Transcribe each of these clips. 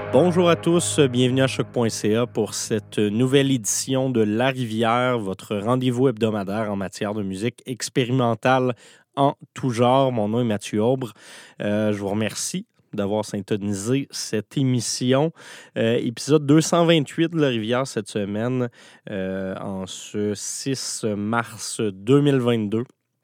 Bonjour à tous, bienvenue à choc.ca pour cette nouvelle édition de La Rivière, votre rendez-vous hebdomadaire en matière de musique expérimentale en tout genre. Mon nom est Mathieu Aubre. Je vous remercie d'avoir syntonisé cette émission. Épisode 228 de La Rivière cette semaine, en ce 6 mars 2022.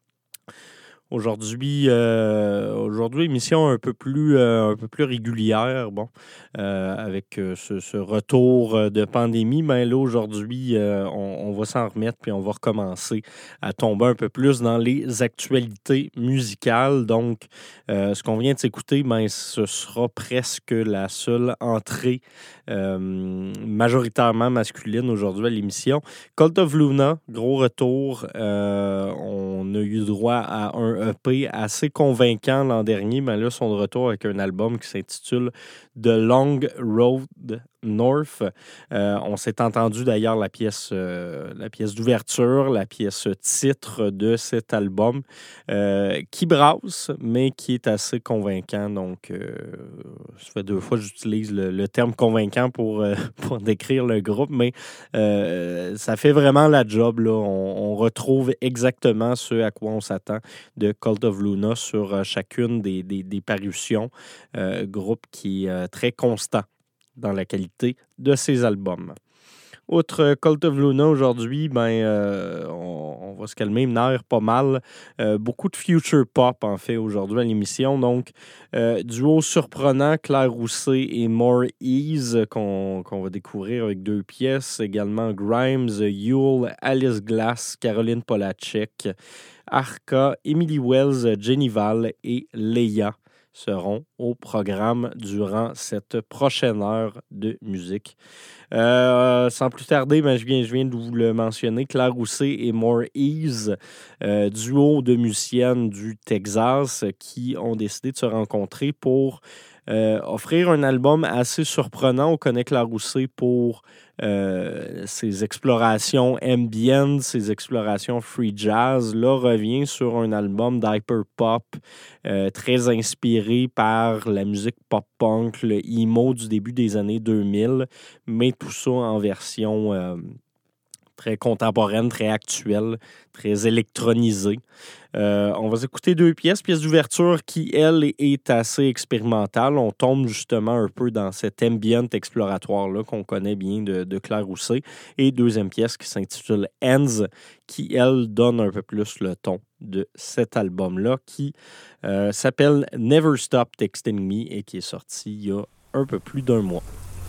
Aujourd'hui, émission un peu plus régulière, avec ce retour de pandémie. Ben là, aujourd'hui, on va s'en remettre puis on va recommencer à tomber un peu plus dans les actualités musicales. Donc, ce qu'on vient de s'écouter, ben, ce sera presque la seule entrée majoritairement masculine aujourd'hui à l'émission. Cult of Luna, gros retour. On a eu droit à un EP assez convaincant l'an dernier, mais là, son retour avec un album qui s'intitule The Long Road North. On s'est entendu d'ailleurs la pièce d'ouverture, la pièce titre de cet album, qui brasse, mais qui est assez convaincant. Donc, ça fait 2 fois que j'utilise le terme convaincant pour décrire le groupe, mais ça fait vraiment la job, là. On retrouve exactement ce à quoi on s'attend de Cult of Luna sur chacune des parutions. Groupe qui est très constant dans la qualité de ses albums. Outre Cult of Luna aujourd'hui, on va se calmer, il m'énerve pas mal. Beaucoup de future pop, en fait, aujourd'hui à l'émission. Donc, duo surprenant, Claire Rousset et More Ease, qu'on va découvrir avec 2 pièces. Également Grimes, Yule, Alice Glass, Caroline Polachek, Arca, Emily Wells, Jenny Val et Leia seront au programme durant cette prochaine heure de musique. Sans plus tarder, je viens de vous le mentionner, Claire Rousset et More Ease, duo de musiciennes du Texas qui ont décidé de se rencontrer pour offrir un album assez surprenant. On connaît Claire Rousset pour ses explorations ambient, ses explorations free jazz. Là, revient sur un album d'hyper pop très inspiré par la musique pop-punk, le emo du début des années 2000, mais tout ça en version très contemporaine, très actuelle, très électronisée. On va écouter 2 pièces. Pièce d'ouverture qui, elle, est assez expérimentale. On tombe justement un peu dans cet ambient exploratoire-là qu'on connaît bien de Claire Rousset. Et deuxième pièce qui s'intitule Ends, qui, elle, donne un peu plus le ton de cet album-là, qui s'appelle Never Stop Texting Me et qui est sorti il y a un peu plus d'1 mois.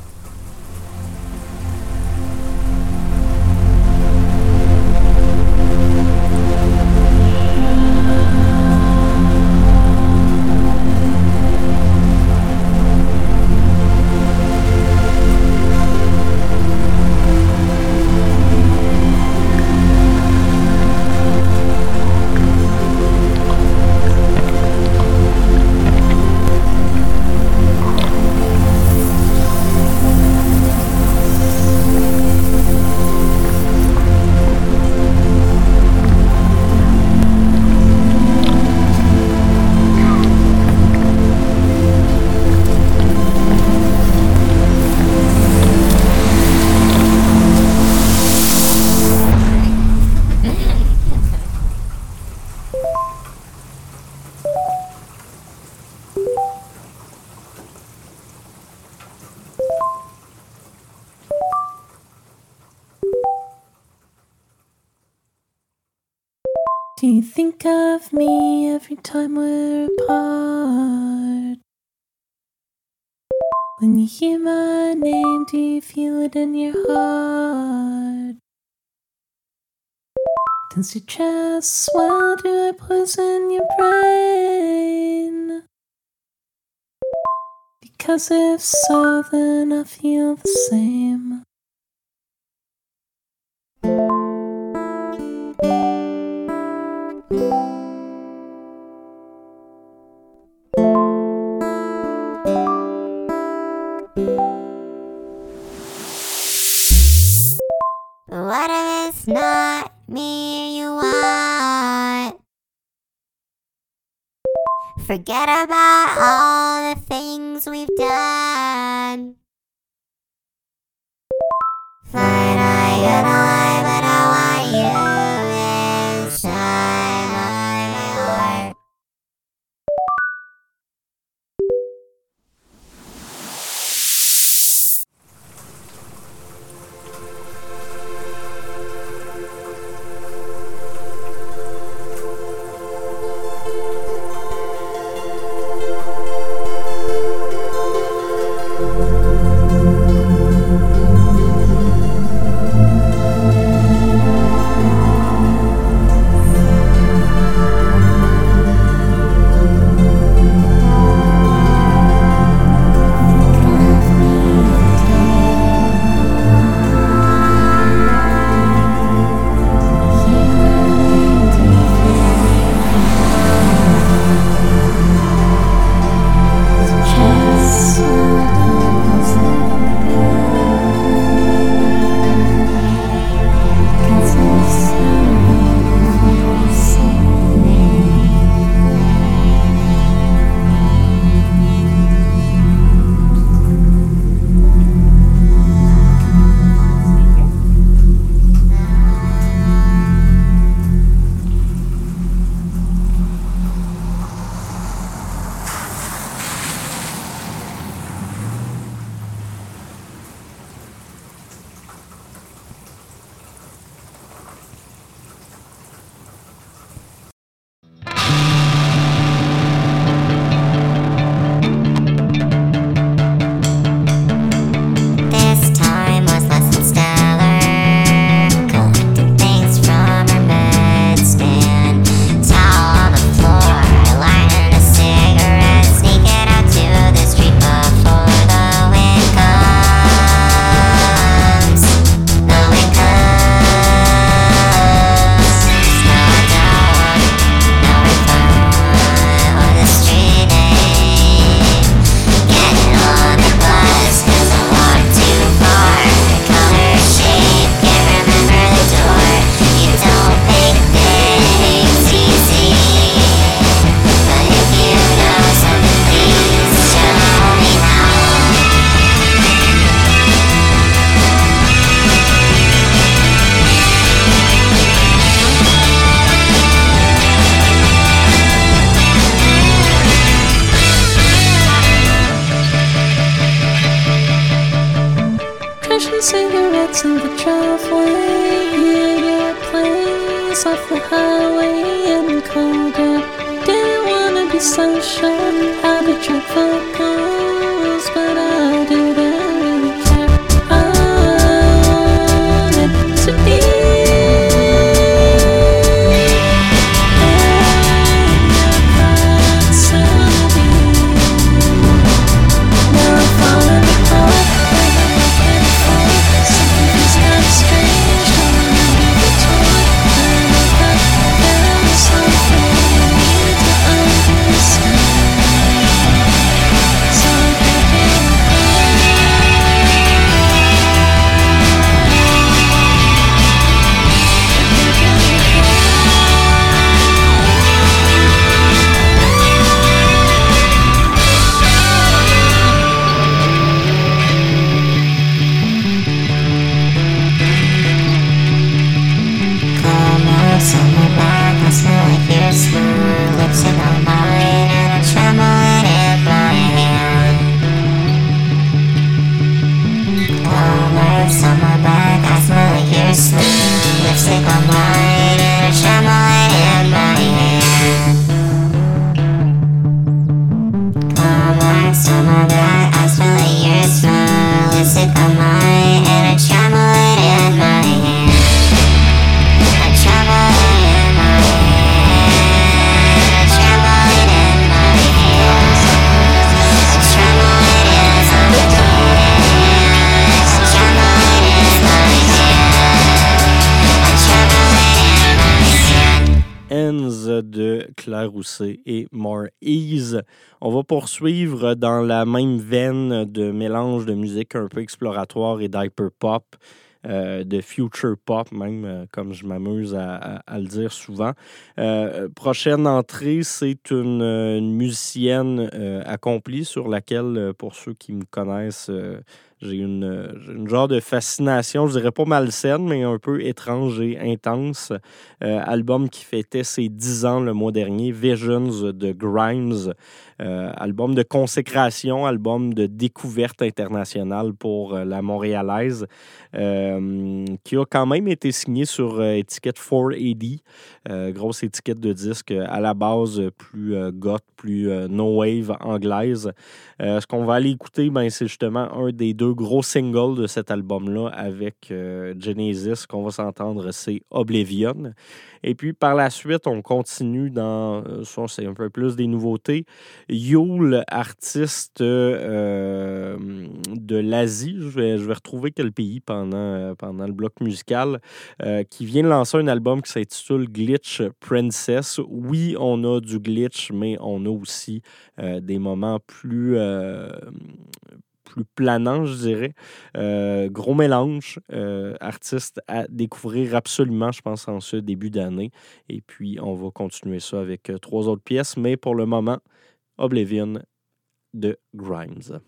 Do you think of me every time we're apart? When you hear my name, do you feel it in your heart? Does your chest swell? Do I poison your brain? Because if so, then I feel the same. What if it's not me you want? Forget about all the things we've done. But I could lie, but I want you inside my heart. This time was less than stellar. Collected things from her bedstand. Towel on the floor, lighting a cigarette, sneaking out to the street before the wind comes. The wind comes. No doubt, no refund on the street name. Getting on the bus 'cause I walked too far. Color, shape, can't remember the door. You don't make things easy, but if you know something, please show me how. Crashing cigarettes in the driveway. In your place off the highway in the cold air. Didn't wanna be so sure how to track for goals, but I didn't really care. I wanted to be in your proximity. Now I'm falling apart. Something's kinda strange, no one ever told. And I thought there was something you need to understand. So I'm picking Come on, summer back, I smell like your smooth lipstick on mine, and I'm trembling in my hand. Come on, summer back, I smell like your smooth lipstick on mine, and I'm trembling in my hand. Come on, summer back, I smell like your smooth lipstick on mine, and I'm trembling in my hand. I'm trembling in my hand. I'm trembling in my hand. I'm trembling in my hand. I'm trembling in my hand. I'm trembling in my hand. Ends de Claire Rousset et More Ease. On va poursuivre dans la même veine de mélange de musique un peu exploratoire et d'hyper pop, de future pop même, comme je m'amuse à le dire souvent. Prochaine entrée, c'est une musicienne accomplie sur laquelle, pour ceux qui me connaissent, j'ai une genre de fascination, je dirais pas malsaine, mais un peu étrange et intense. Album qui fêtait ses 10 ans le mois dernier, Visions de Grimes. Album de consécration, album de découverte internationale pour la Montréalaise, qui a quand même été signé sur étiquette 4AD, grosse étiquette de disque à la base plus goth, plus no wave anglaise. Ce qu'on va aller écouter, c'est justement un des 2 gros singles de cet album-là avec Genesis. Qu'on va s'entendre, c'est Oblivion. Et puis, par la suite, on continue dans, ça, c'est un peu plus des nouveautés. Yule, artiste de l'Asie, je vais retrouver quel pays pendant le bloc musical, qui vient de lancer un album qui s'intitule Glitch Princess. Oui, on a du glitch, mais on a aussi des moments plus planant, je dirais. Gros mélange. Artiste à découvrir absolument, je pense, en ce début d'année. Et puis, on va continuer ça avec 3 autres pièces. Mais pour le moment, Oblivion de Grimes.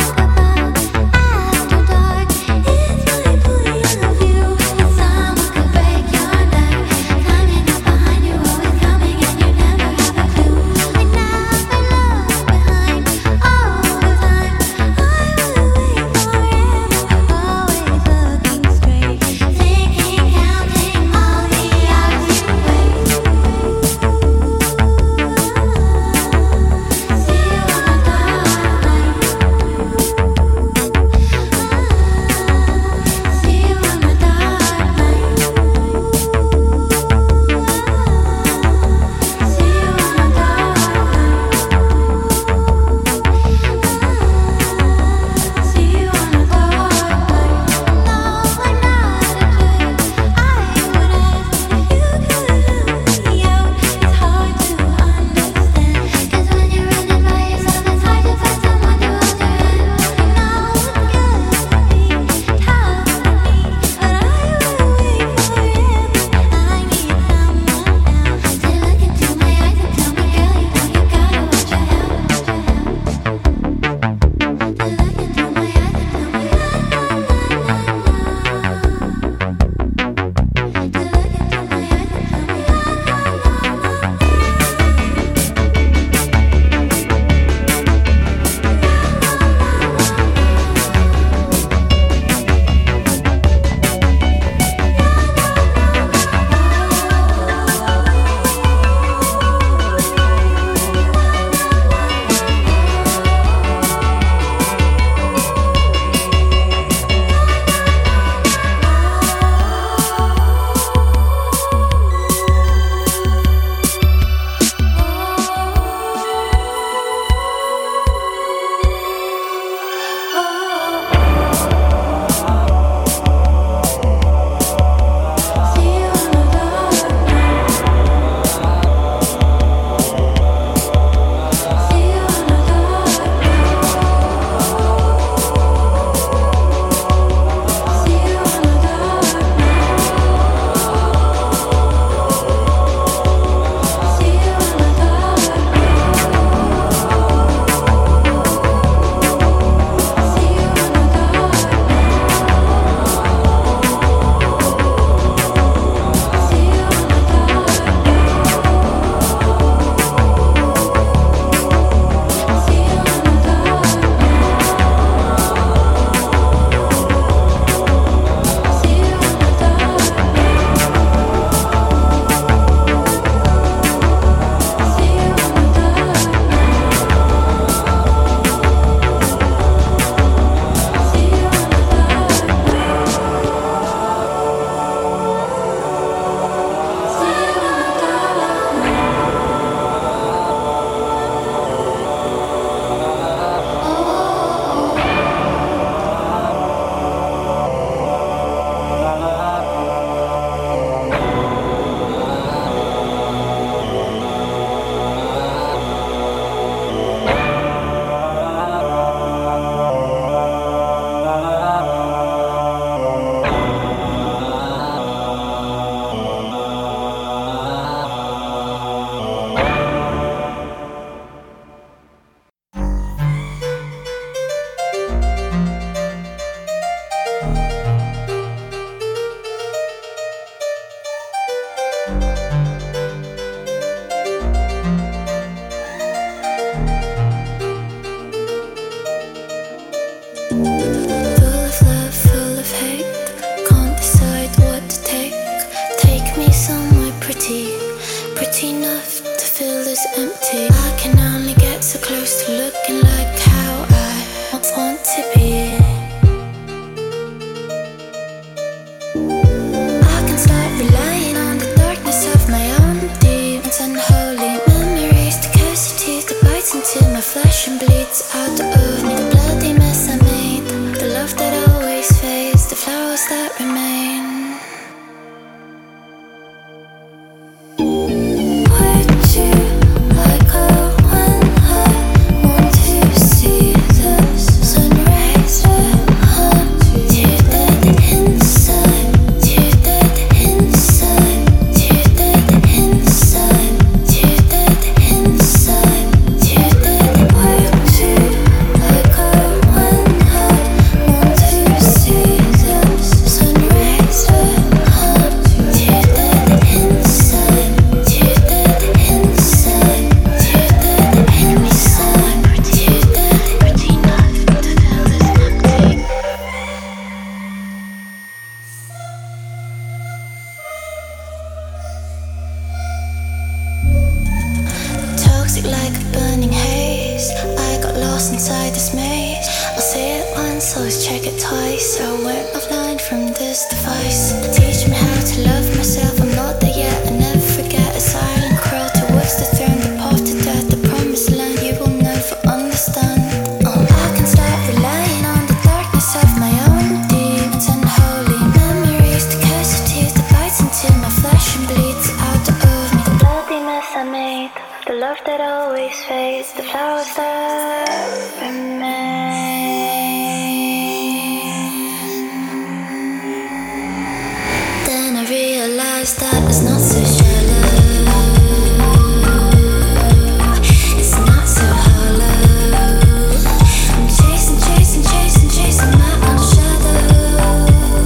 After dark, if I pull you once, always check it twice. I went offline from this device. Teach me how to love myself, I'm not there yet. I never forget a silent crow towards the throne, the path to death, the promised land you will never understand. I can start relying on the darkness of my own deeds and holy memories. The casualties that bites into my flesh and bleeds out of me. The bloodiness I made, the love that always fades, the flowers that remain. Then I realized that it's not so shallow, it's not so hollow. I'm chasing, chasing, chasing, chasing my own shadow.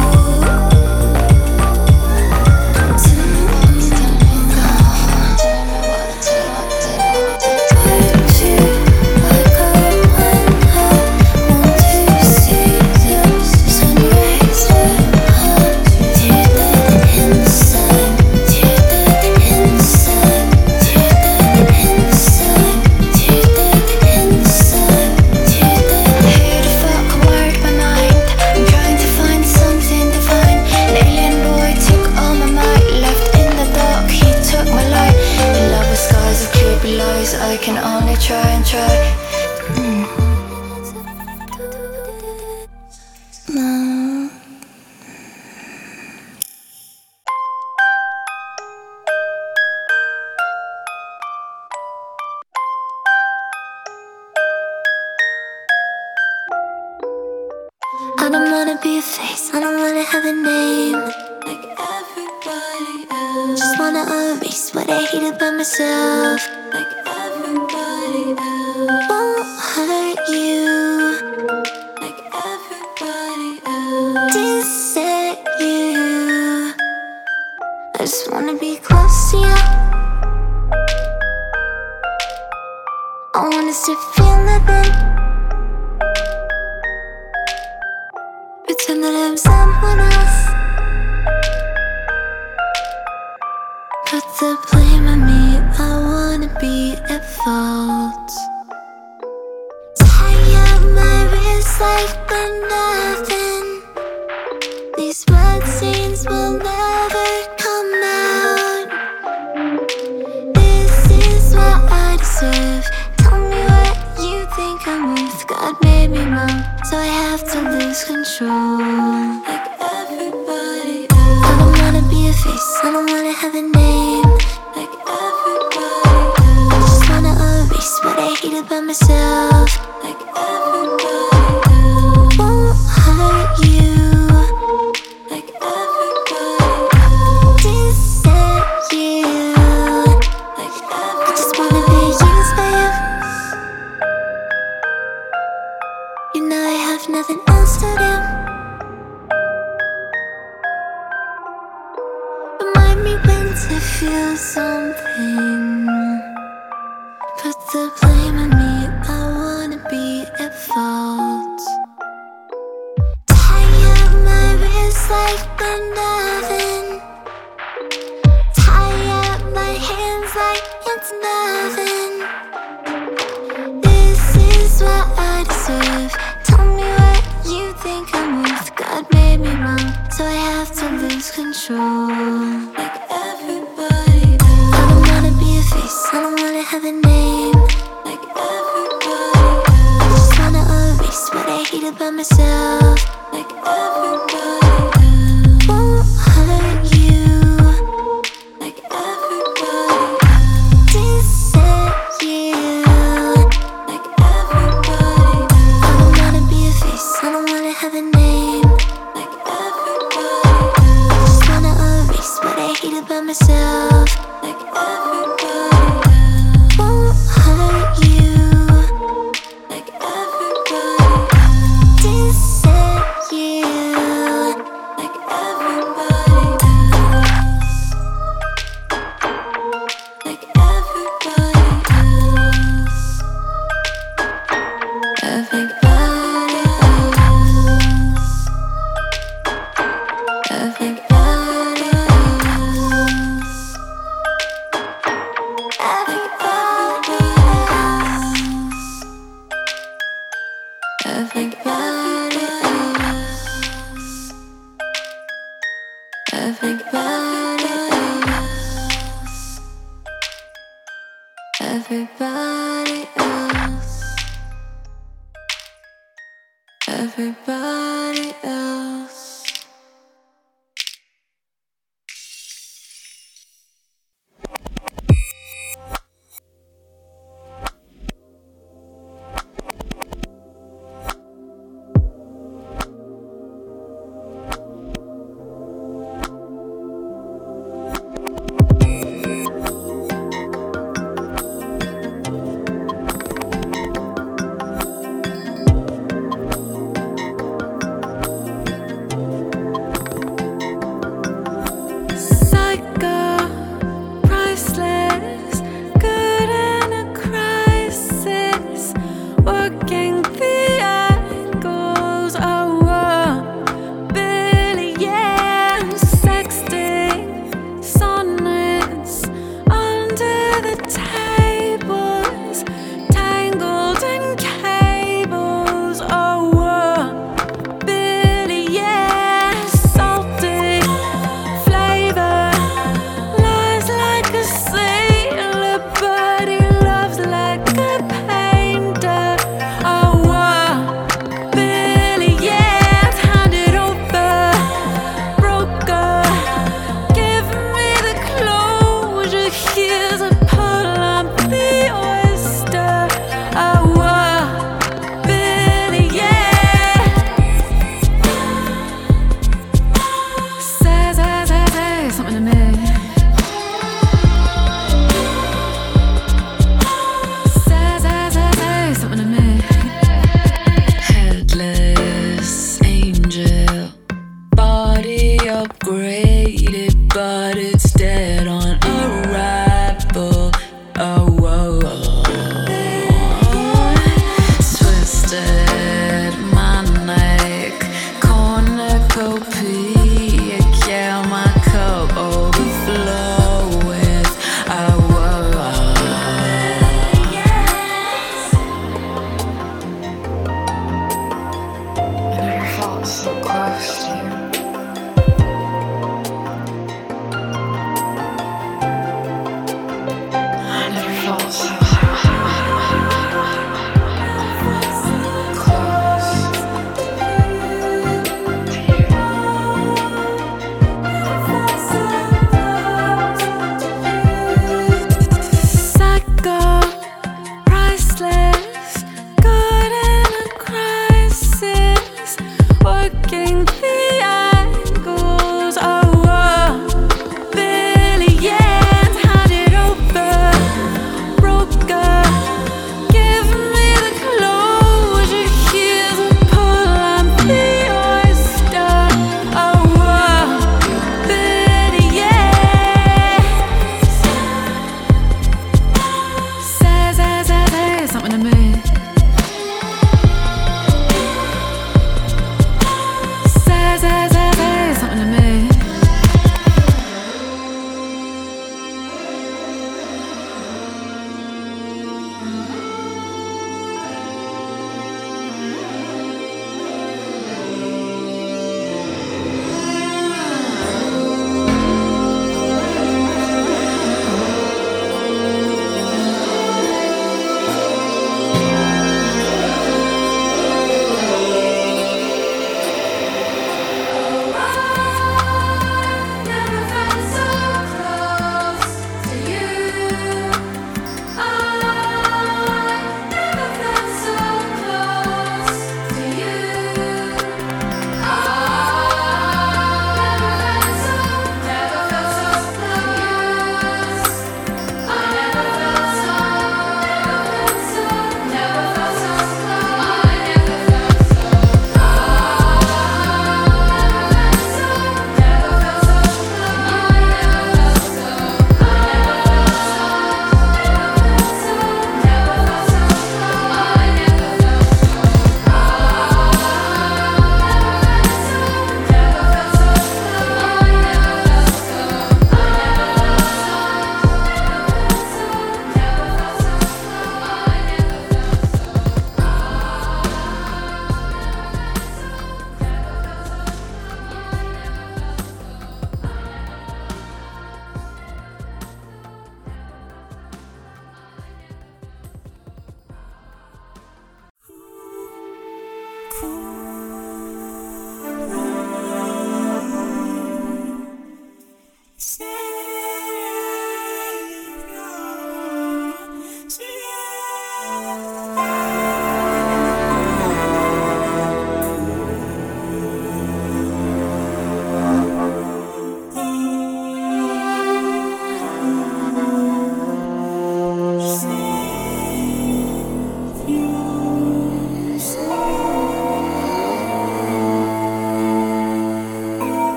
I can only try and try. No. I don't wanna be a face, I don't wanna have a name like everybody else. Just wanna erase what I hate about myself like everybody else. Won't hurt you like everybody else. Dissect you. I just wanna be close to you. I want us to feel nothing. Pretend that I'm someone else. Put the blame on me, I wanna be at fault. Tie up my wrist like for nothing. These blood stains will never come out. This is what I deserve. Tell me what you think I'm worth. God made me wrong, so I have to lose control like everybody else. I don't wanna be a face, I don't wanna have a name like everybody else. I just wanna erase what I hate about myself like everybody else. Won't hurt you like everybody else. Dissect you like everybody else. I just wanna be used by you. You know I have nothing else to do. Remind me when to feel something. Put the blame on me, I wanna be at fault. Tie up my wrist like for nothing. Tie up my hands like it's nothing. This is what I deserve. Tell me what you think I'm worth. God made me wrong, so I have to lose control like everybody else. I don't wanna be a face, I don't wanna have a name like everybody else. I just wanna erase what I hate about myself like everybody else. Won't hurt you like everybody else. Dissect you like everybody else. I don't wanna be a face, I don't wanna have a name like everybody else. I just wanna erase what I hate about myself like everybody else. Won't hurt you like everybody else. Dissect you like everybody else. Like everybody else. Everybody else. Everybody else. Everybody else. Everybody everybody else. Everybody else. Everybody else.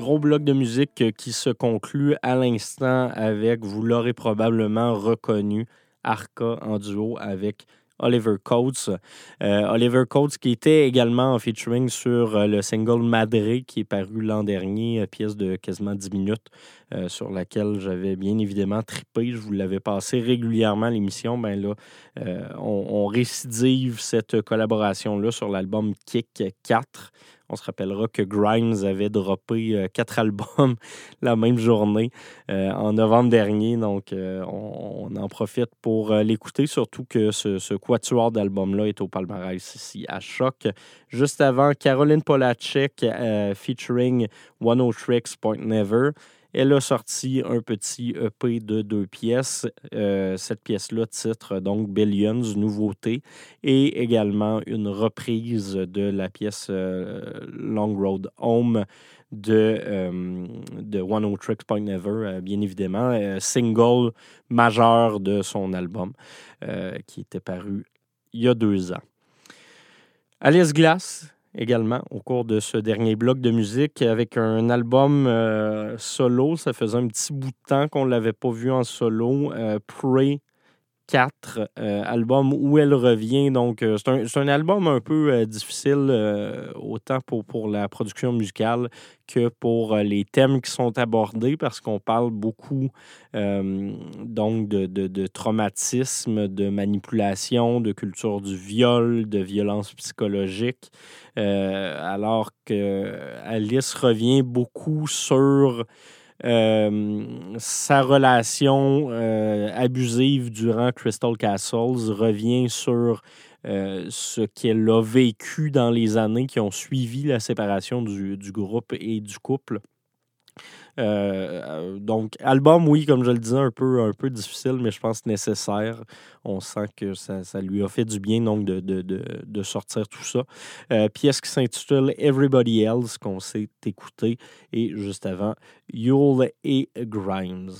gros bloc de musique qui se conclut à l'instant avec, vous l'aurez probablement reconnu, Arca en duo avec Oliver Coates. Oliver Coates qui était également en featuring sur le single Madre qui est paru l'an dernier, pièce de quasiment 10 minutes sur laquelle j'avais bien évidemment trippé. Je vous l'avais passé régulièrement à l'émission. Ben là, on récidive cette collaboration-là sur l'album Kick 4. On se rappellera que Grimes avait droppé 4 albums la même journée en novembre dernier. Donc, on en profite pour l'écouter, surtout que ce quatuor d'album-là est au palmarès ici à Choc. Juste avant, Caroline Polachek featuring One O Tricks Point Never. Elle a sorti un petit EP de 2 pièces. Cette pièce-là titre donc Billions, nouveauté, et également une reprise de la pièce Long Road Home de One O Tricks Point Never, bien évidemment, single majeur de son album qui était paru il y a 2 ans. Alice Glass, également, au cours de ce dernier bloc de musique, avec un album solo. Ça faisait un petit bout de temps qu'on ne l'avait pas vu en solo. Pray 4, album où elle revient. Donc, c'est un album un peu difficile, autant pour la production musicale que pour les thèmes qui sont abordés, parce qu'on parle beaucoup donc de traumatisme, de manipulation, de culture du viol, de violence psychologique, alors que Alice revient beaucoup sur sa relation abusive durant Crystal Castles, revient sur ce qu'elle a vécu dans les années qui ont suivi la séparation du groupe et du couple. Donc, album, oui, comme je le disais, un peu difficile, mais je pense nécessaire. On sent que ça lui a fait du bien donc de sortir tout ça. Pièce qui s'intitule Everybody Else, qu'on s'est écouté, et juste avant, Yule et Grimes.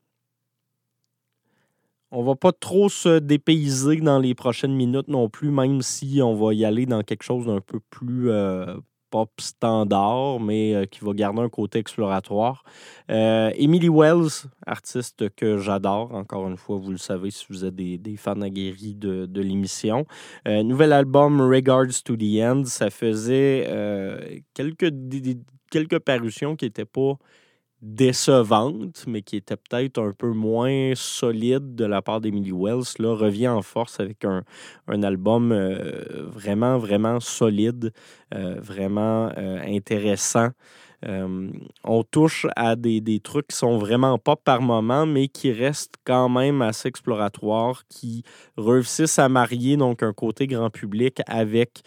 On va pas trop se dépayser dans les prochaines minutes non plus, même si on va y aller dans quelque chose d'un peu plus pop standard, mais qui va garder un côté exploratoire. Emily Wells, artiste que j'adore, encore une fois, vous le savez si vous êtes des fans aguerris de l'émission. Nouvel album Regards to the End, ça faisait quelques parutions qui n'étaient pas décevante, mais qui était peut-être un peu moins solide de la part d'Emily Wells, là, revient en force avec un album vraiment, vraiment solide, vraiment intéressant. On touche à des trucs qui sont vraiment pop par moment, mais qui restent quand même assez exploratoires, qui réussissent à marier donc un côté grand public avec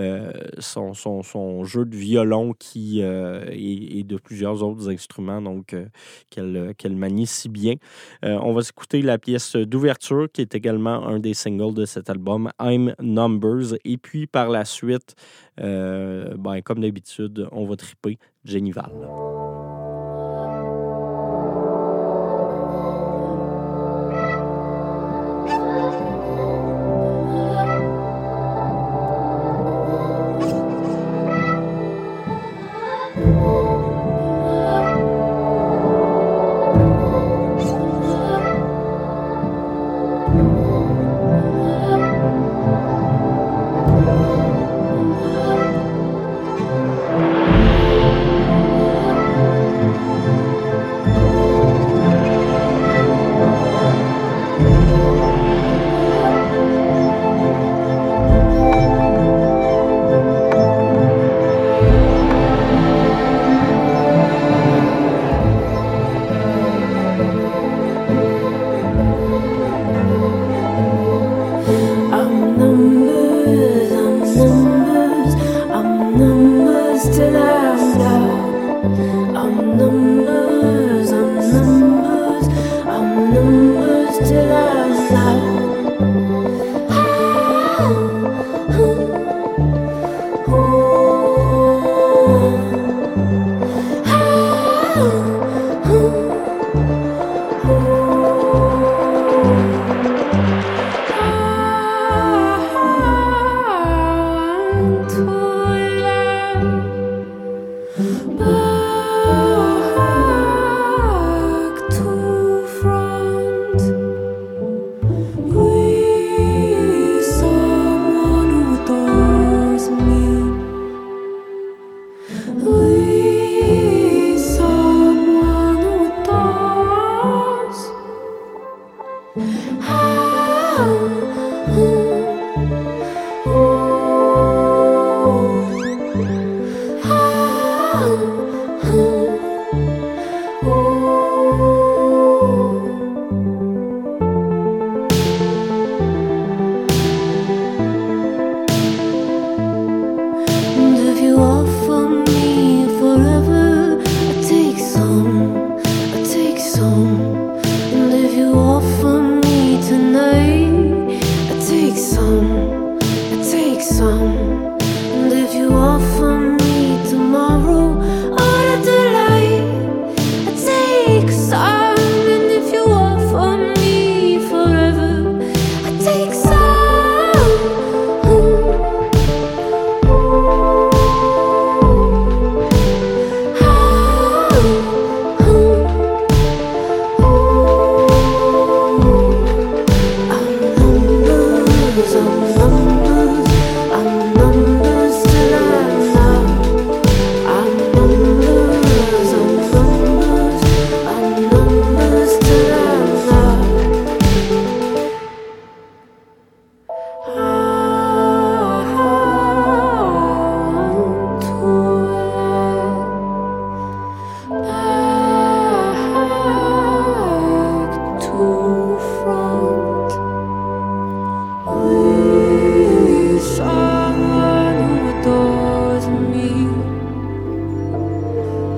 son jeu de violon qui et de plusieurs autres instruments donc qu'elle manie si bien. On va s'écouter la pièce d'ouverture qui est également un des singles de cet album, I'm Numbers, et puis par la suite, comme d'habitude, on va triper Jenny Val.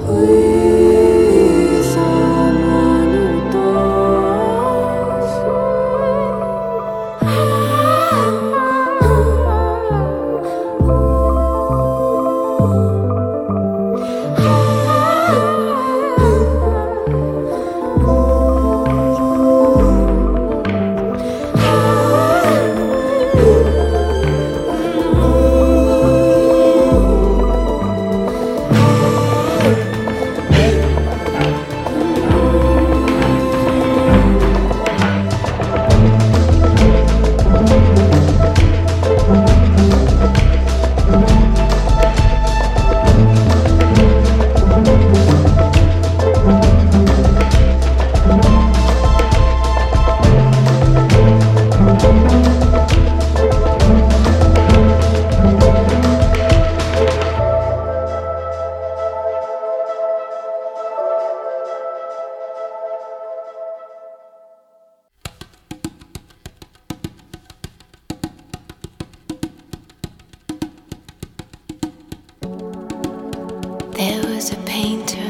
There was a painter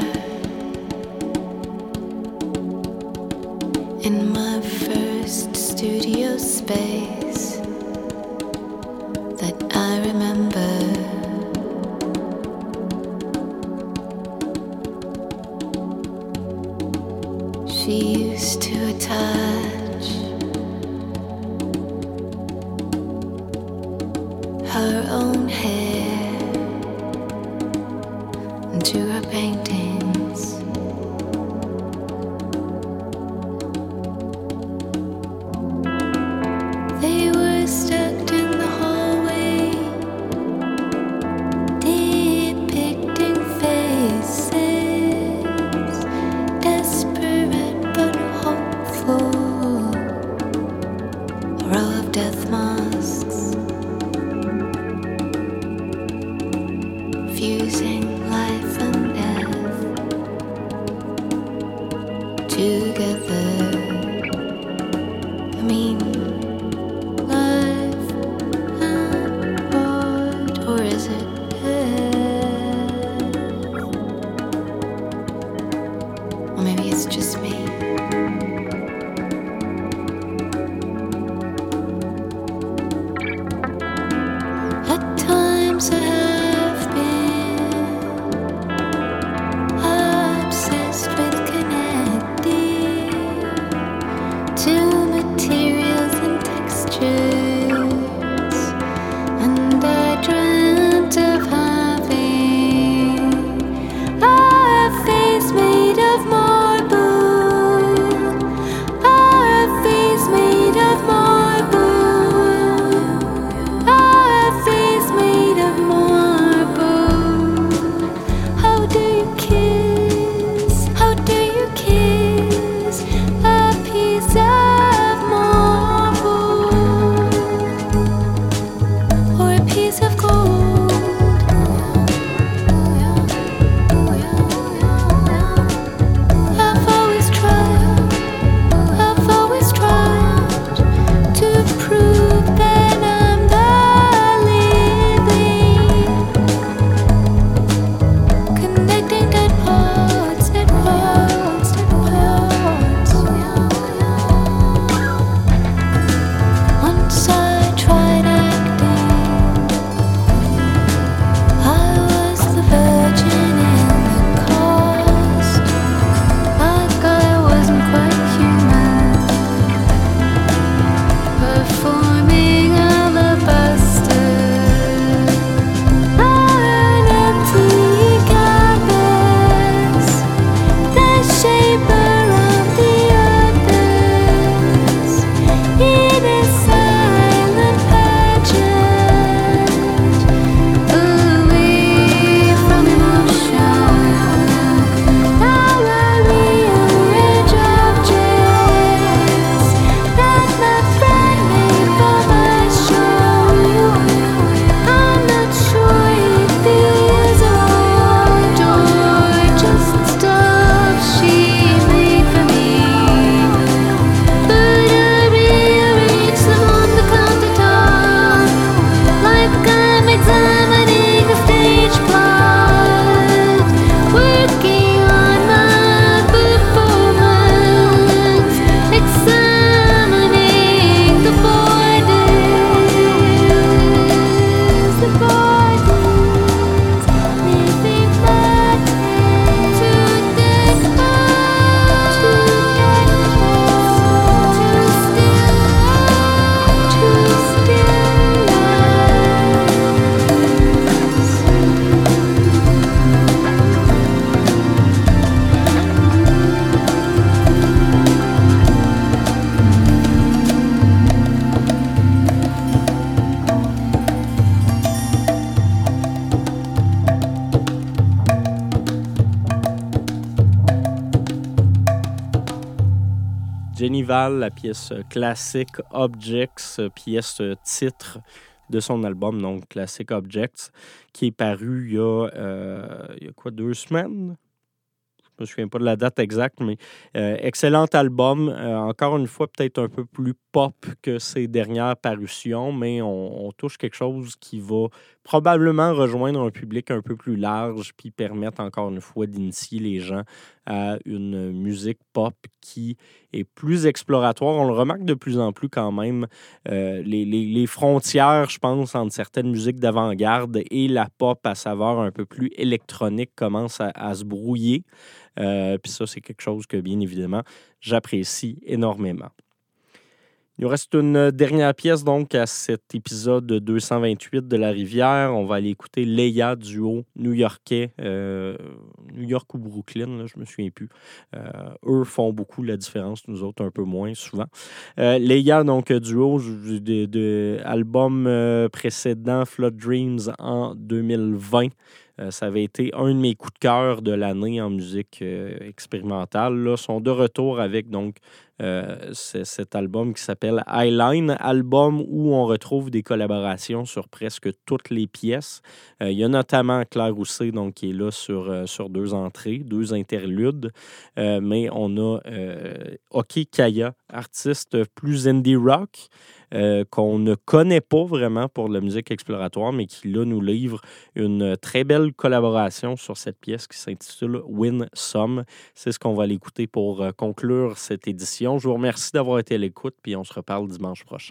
in my first studio space that I remember. She used to attach her own hair to her paintings. They were stacked in the hallway, depicting faces, desperate but hopeful, a row of death masks, fusing life and death together. I mean, life and art, or is it death? Or maybe it's just me. At times I have been obsessed with connecting to materials and textures, and I dreamt of having a face made of marble, a face made of marble, a face made of marble. How do you kiss? How do you kiss a piece of marble or a piece of gold? I've always tried to prove that I'm the living, connecting dead parts, dead parts, dead parts. Once I tried acting, I was the virgin in the cast, like I wasn't quite human, performing alabaster on an empty canvas, the shaper of the others in a silent pageant, away from emotion. Now I rearrange objects that my friend made for my show. I'm not sure if these are art or just stuff she made. Jenny Val, la pièce classique Objects, pièce titre de son album, donc Classic Objects, qui est paru il y a 2 semaines? Je me souviens pas de la date exacte, mais excellent album. Encore une fois, peut-être un peu plus pop que ses dernières parutions, mais on touche quelque chose qui va probablement rejoindre un public un peu plus large, puis permettre encore une fois d'initier les gens à une musique pop qui est plus exploratoire. On le remarque de plus en plus quand même. Les frontières, je pense, entre certaines musiques d'avant-garde et la pop à saveur un peu plus électronique commencent à se brouiller. Puis ça, c'est quelque chose que, bien évidemment, j'apprécie énormément. Il nous reste une dernière pièce, donc, à cet épisode 228 de La Rivière. On va aller écouter Leia, duo new-yorkais, New York ou Brooklyn, là, je me souviens plus. Eux font beaucoup la différence, nous autres un peu moins, souvent. Leia, donc, duo de album précédent, Flood Dreams, en 2020. Ça avait été un de mes coups de cœur de l'année en musique expérimentale. Là, sont de retour avec donc cet album qui s'appelle Highline, album où on retrouve des collaborations sur presque toutes les pièces. Il y a notamment Claire Rousset, donc, qui est là sur 2 entrées, 2 interludes. Mais on a Hockey Kaya, artiste plus indie rock, qu'on ne connaît pas vraiment pour la musique exploratoire, mais qui, là, nous livre une très belle collaboration sur cette pièce qui s'intitule Win Some. C'est ce qu'on va aller écouter pour conclure cette édition. Je vous remercie d'avoir été à l'écoute, puis on se reparle dimanche prochain.